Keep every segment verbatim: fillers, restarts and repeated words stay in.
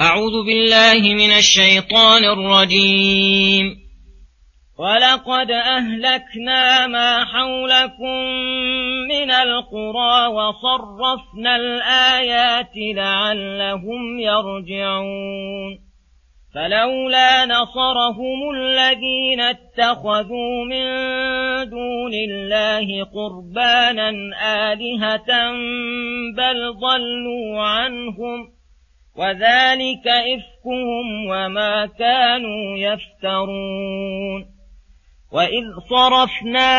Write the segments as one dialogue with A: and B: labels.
A: أعوذ بالله من الشيطان الرجيم. ولقد أهلكنا ما حولكم من القرى وصرفنا الآيات لعلهم يرجعون. فلولا نصرهم الذين اتخذوا من دون الله قربانا آلهة بل ضلوا عنهم وذلك إفكهم وما كانوا يفترون. وإذ صرفنا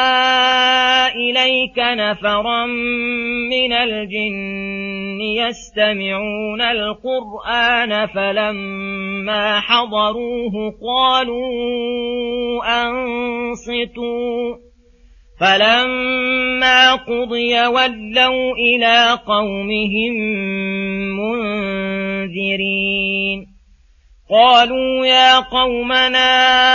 A: إليك نفرا من الجن يستمعون القرآن فلما حضروه قالوا أنصتوا فلما قضي ولوا إلى قومهم منذرين. قالوا يا قومنا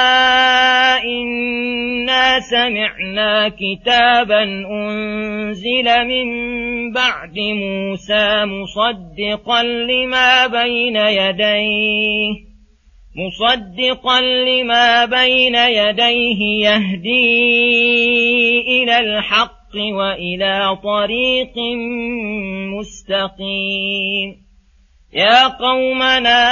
A: إنا سمعنا كتابا أنزل من بعد موسى مصدقا لما بين يديه مصدقا لما بين يديه يهدي إلى الحق وإلى طريق مستقيم. يا قومنا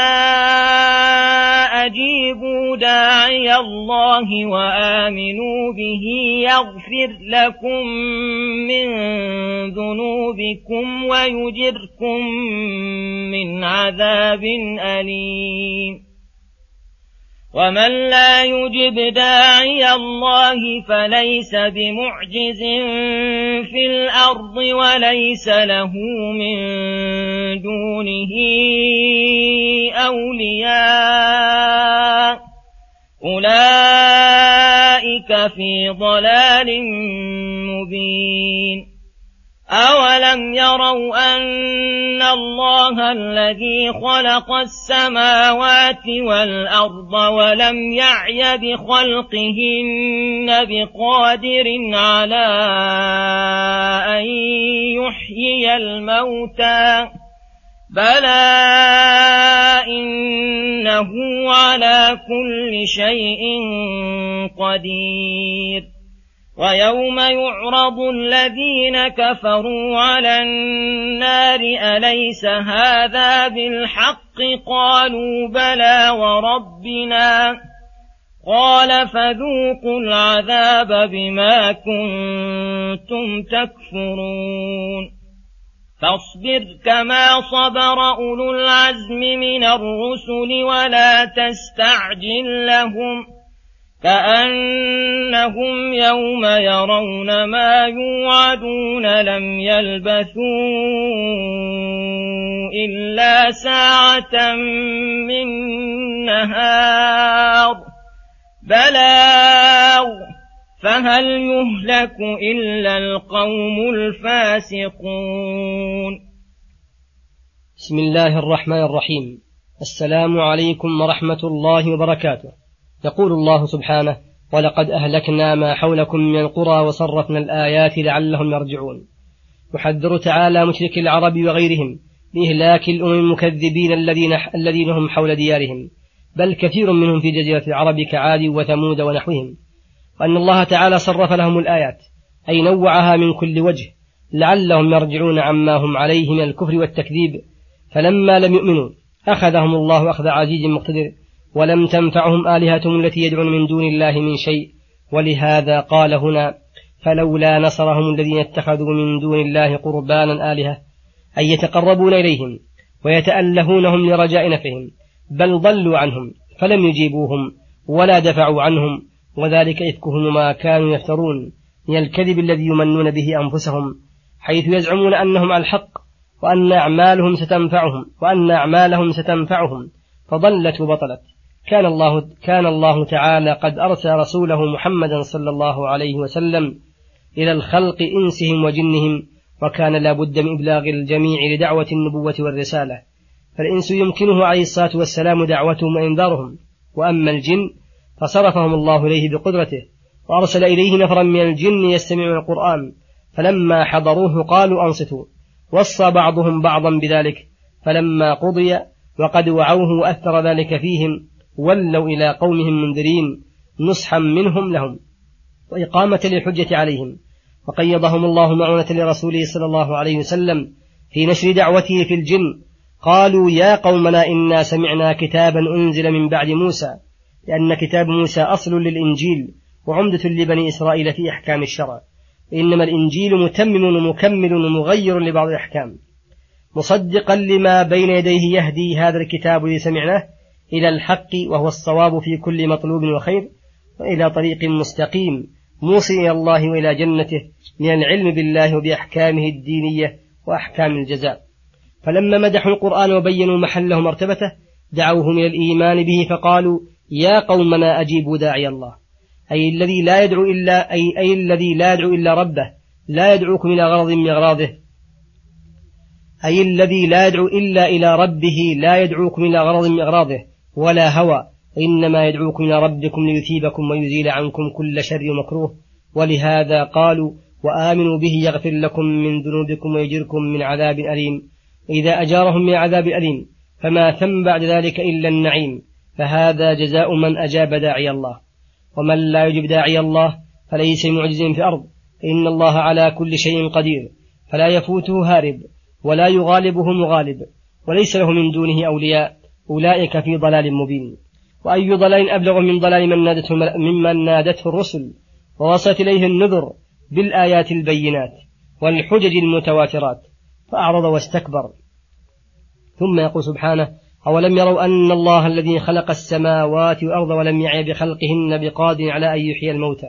A: أجيبوا داعي الله وآمنوا به يغفر لكم من ذنوبكم ويجركم من عذاب أليم. ومن لا يجب داعي الله فليس بمعجز في الأرض وليس له من دونه أولياء أولئك في ضلال مبين. أولم يروا أن الله الذي خلق السماوات والأرض ولم يعي بخلقهن بقادر على أن يحيي الموتى بلى إنه على كل شيء قدير. ويوم يعرض الذين كفروا على النار أليس هذا بالحق قالوا بلى وربنا قال فذوقوا العذاب بما كنتم تكفرون. فاصبر كما صبر أولو العزم من الرسل ولا تستعجل لهم كأنهم يوم يرون ما يوعدون لم يلبثوا إلا ساعة من نهار بلاغ فهل يهلك إلا القوم الفاسقون.
B: بسم الله الرحمن الرحيم. السلام عليكم ورحمة الله وبركاته. يقول الله سبحانه: ولقد أهلكنا ما حولكم من القرى وصرفنا الآيات لعلهم يرجعون. يحذر تعالى مشرك العرب وغيرهم بإهلاك الأمم المكذبين الذين, الذين هم حول ديارهم، بل كثير منهم في جزيرة العرب كعاد وثمود ونحوهم، وأن الله تعالى صرف لهم الآيات أي نوعها من كل وجه لعلهم يرجعون عما هم عليه من الكفر والتكذيب. فلما لم يؤمنوا أخذهم الله أخذ عزيز مقتدر ولم تنفعهم آلهتهم التي يدعون من دون الله من شيء. ولهذا قال هنا: فلولا نصرهم الذين اتخذوا من دون الله قربانا آلهة، أي يتقربون إليهم ويتألهونهم لرجاء نفعهم، بل ضلوا عنهم فلم يجيبوهم ولا دفعوا عنهم، وذلك إفكهم ما كانوا يفترون من الكذب الذي يمنون به أنفسهم، حيث يزعمون أنهم على الحق وأن أعمالهم ستنفعهم وأن أعمالهم ستنفعهم فضلت وبطلت. كان الله, كان الله تعالى قد أرسل رسوله محمدا صلى الله عليه وسلم إلى الخلق إنسهم وجنهم، وكان لا بد من إبلاغ الجميع لدعوة النبوة والرسالة. فالإنس يمكنه عليه الصلاة والسلام دعوتهم وإنذارهم، وأما الجن فصرفهم الله إليه بقدرته، وأرسل إليه نفرا من الجن يستمعون القرآن، فلما حضروه قالوا أنصتوا، وصى بعضهم بعضا بذلك، فلما قضي وقد وعوه وأثر ذلك فيهم ولوا إلى قومهم منذرين نصحا منهم لهم وإقامة للحجة عليهم، وقيضهم الله معونة لرسوله صلى الله عليه وسلم في نشر دعوته في الجن. قالوا يا قومنا إنا سمعنا كتابا أنزل من بعد موسى، لأن كتاب موسى أصل للإنجيل وعمدة لبني إسرائيل في أحكام الشرع، إنما الإنجيل متمم ومكمل ومغير لبعض الأحكام، مصدقا لما بين يديه يهدي هذا الكتاب الذي سمعناه إلى الحق وهو الصواب في كل مطلوب وخير، وإلى طريق مستقيم موصل إلى الله وإلى جنته من العلم بالله وبأحكامه الدينية وأحكام الجزاء. فلما مدحوا القرآن وبينوا محله مرتبته دعوهم إلى الإيمان به، فقالوا يا قومنا أجيبوا داعي الله، أي الذي لا يدعو إلا أي, أي الذي لا يدعو إلا ربه، لا يدعوكم إلى غرض من أغراضه، أي الذي لا يدعو إلا إلى ربه، لا يدعوكم إلى غرض من أغراضه ولا هوى، إنما يدعوكم إلى ربكم ليثيبكم ويزيل عنكم كل شر ومكروه. ولهذا قالوا وآمنوا به يغفر لكم من ذنوبكم ويجركم من عذاب أليم. إذا أجارهم من عذاب أليم فما ثم بعد ذلك إلا النعيم، فهذا جزاء من أجاب داعي الله. ومن لا يجب داعي الله فليس معجز في الأرض، إن الله على كل شيء قدير، فلا يفوته هارب ولا يغالبه مغالب، وليس له من دونه أولياء، أولئك في ضلال مبين. وأي ضلال أبلغ من ضلال من نادته, ممن نادته الرسل ووصلت إليه النذر بالآيات البينات والحجج المتواترات فأعرض واستكبر. ثم يقول سبحانه أولم يروا أن الله الذي خلق السماوات والأرض ولم يعي بخلقهن بقادر على أن يحيي الموتى.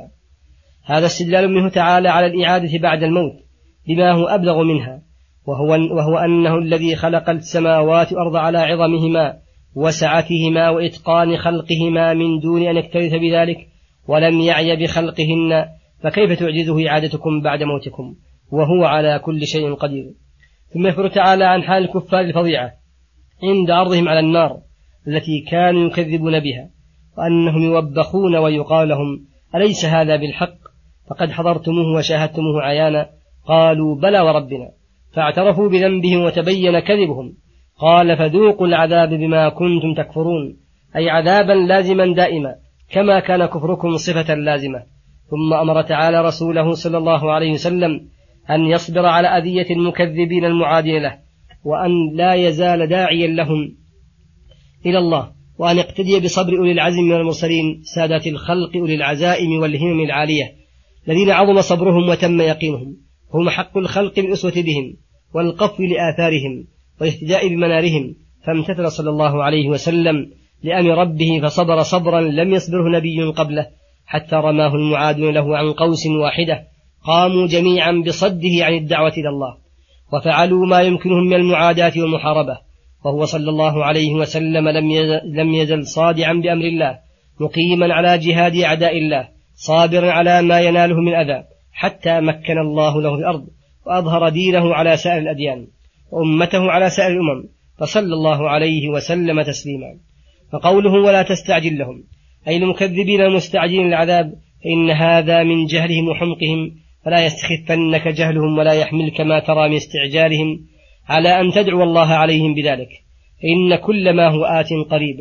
B: هذا استدلال منه تعالى على الإعادة بعد الموت بما هو أبلغ منها، وهو, وهو أنه الذي خلق السماوات والأرض على عظمهما وسعتهما وإتقان خلقهما من دون أن يكترث بذلك، ولم يعي بخلقهن، فكيف تعجزه إعادتكم بعد موتكم وهو على كل شيء قدير. ثم يخبر تعالى عن حال الكفار الفظيعة عند عرضهم على النار التي كانوا يكذبون بها، وأنهم يوبخون ويقال لهم أليس هذا بالحق فقد حضرتموه وشاهدتموه عيانا؟ قالوا بلى وربنا، فاعترفوا بذنبهم وتبين كذبهم. قال فذوقوا العذاب بما كنتم تكفرون، أي عذابا لازما دائما كما كان كفركم صفة لازمة. ثم أمر تعالى رسوله صلى الله عليه وسلم أن يصبر على أذية المكذبين المعادين له، وأن لا يزال داعيا لهم إلى الله، وأن يقتدي بصبر أولي العزم من المرسلين سادات الخلق أولي العزائم والهمم العالية الذين عظم صبرهم وتم يقينهم، هم حق الخلق بالأسوة بهم والقفو لآثارهم والاهتداء بمنارهم. فامتثل صلى الله عليه وسلم لأمر ربه فصبر صبرا لم يصبره نبي قبله، حتى رماه المعادون له عن قوس واحدة، قاموا جميعا بصده عن الدعوة إلى الله وفعلوا ما يمكنهم من المعاداة والمحاربة، وهو صلى الله عليه وسلم لم يزل صادعا بأمر الله مقيما على جهاد أعداء الله صابرا على ما يناله من أذى، حتى مكن الله له في الأرض وأظهر دينه على سائر الأديان وأمته على سائر الأمم، فصلى الله عليه وسلم تسليما. فقوله ولا تستعجل لهم أي المكذبين المستعجلين العذاب، فإن هذا من جهلهم وحمقهم، فلا يستخفنك جهلهم ولا يحملك ما ترى من استعجالهم على أن تدعو الله عليهم بذلك، فإن كل ما هو آت قريب.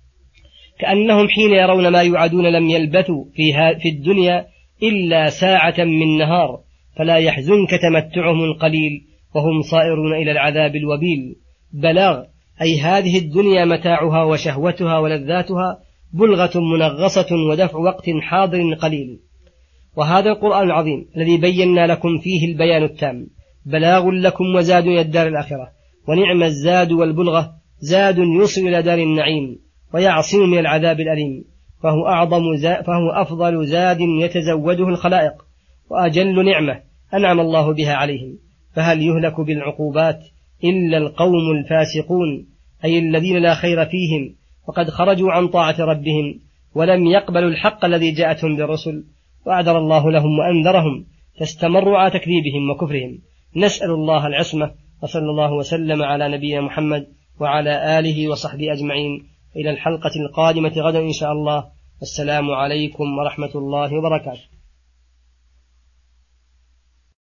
B: كأنهم حين يرون ما يوعدون لم يلبثوا في الدنيا إلا ساعة من نهار، فلا يحزنك تمتعهم القليل وهم صائرون إلى العذاب الوبيل. بلاغ أي هذه الدنيا متاعها وشهوتها ولذاتها بلغة منغصة ودفع وقت حاضر قليل. وهذا القرآن العظيم الذي بينا لكم فيه البيان التام بلاغ لكم وزاد إلى الدار الآخرة، ونعم الزاد والبلغة، زاد يوصل إلى دار النعيم ويعصم من العذاب الأليم، فهو, أعظم زاد فهو أفضل زاد يتزوده الخلائق، وأجل نعمة أنعم الله بها عليهم. فهل يهلك بالعقوبات إلا القوم الفاسقون، أي الذين لا خير فيهم وقد خرجوا عن طاعة ربهم ولم يقبلوا الحق الذي جاءتهم بالرسل، وأعذر الله لهم وأنذرهم فاستمروا على تكذيبهم وكفرهم. نسأل الله العصمة، وصلى الله وسلم على نبينا محمد وعلى آله وصحبه أجمعين. إلى الحلقة القادمة غدا إن شاء الله. السلام عليكم ورحمة الله وبركاته.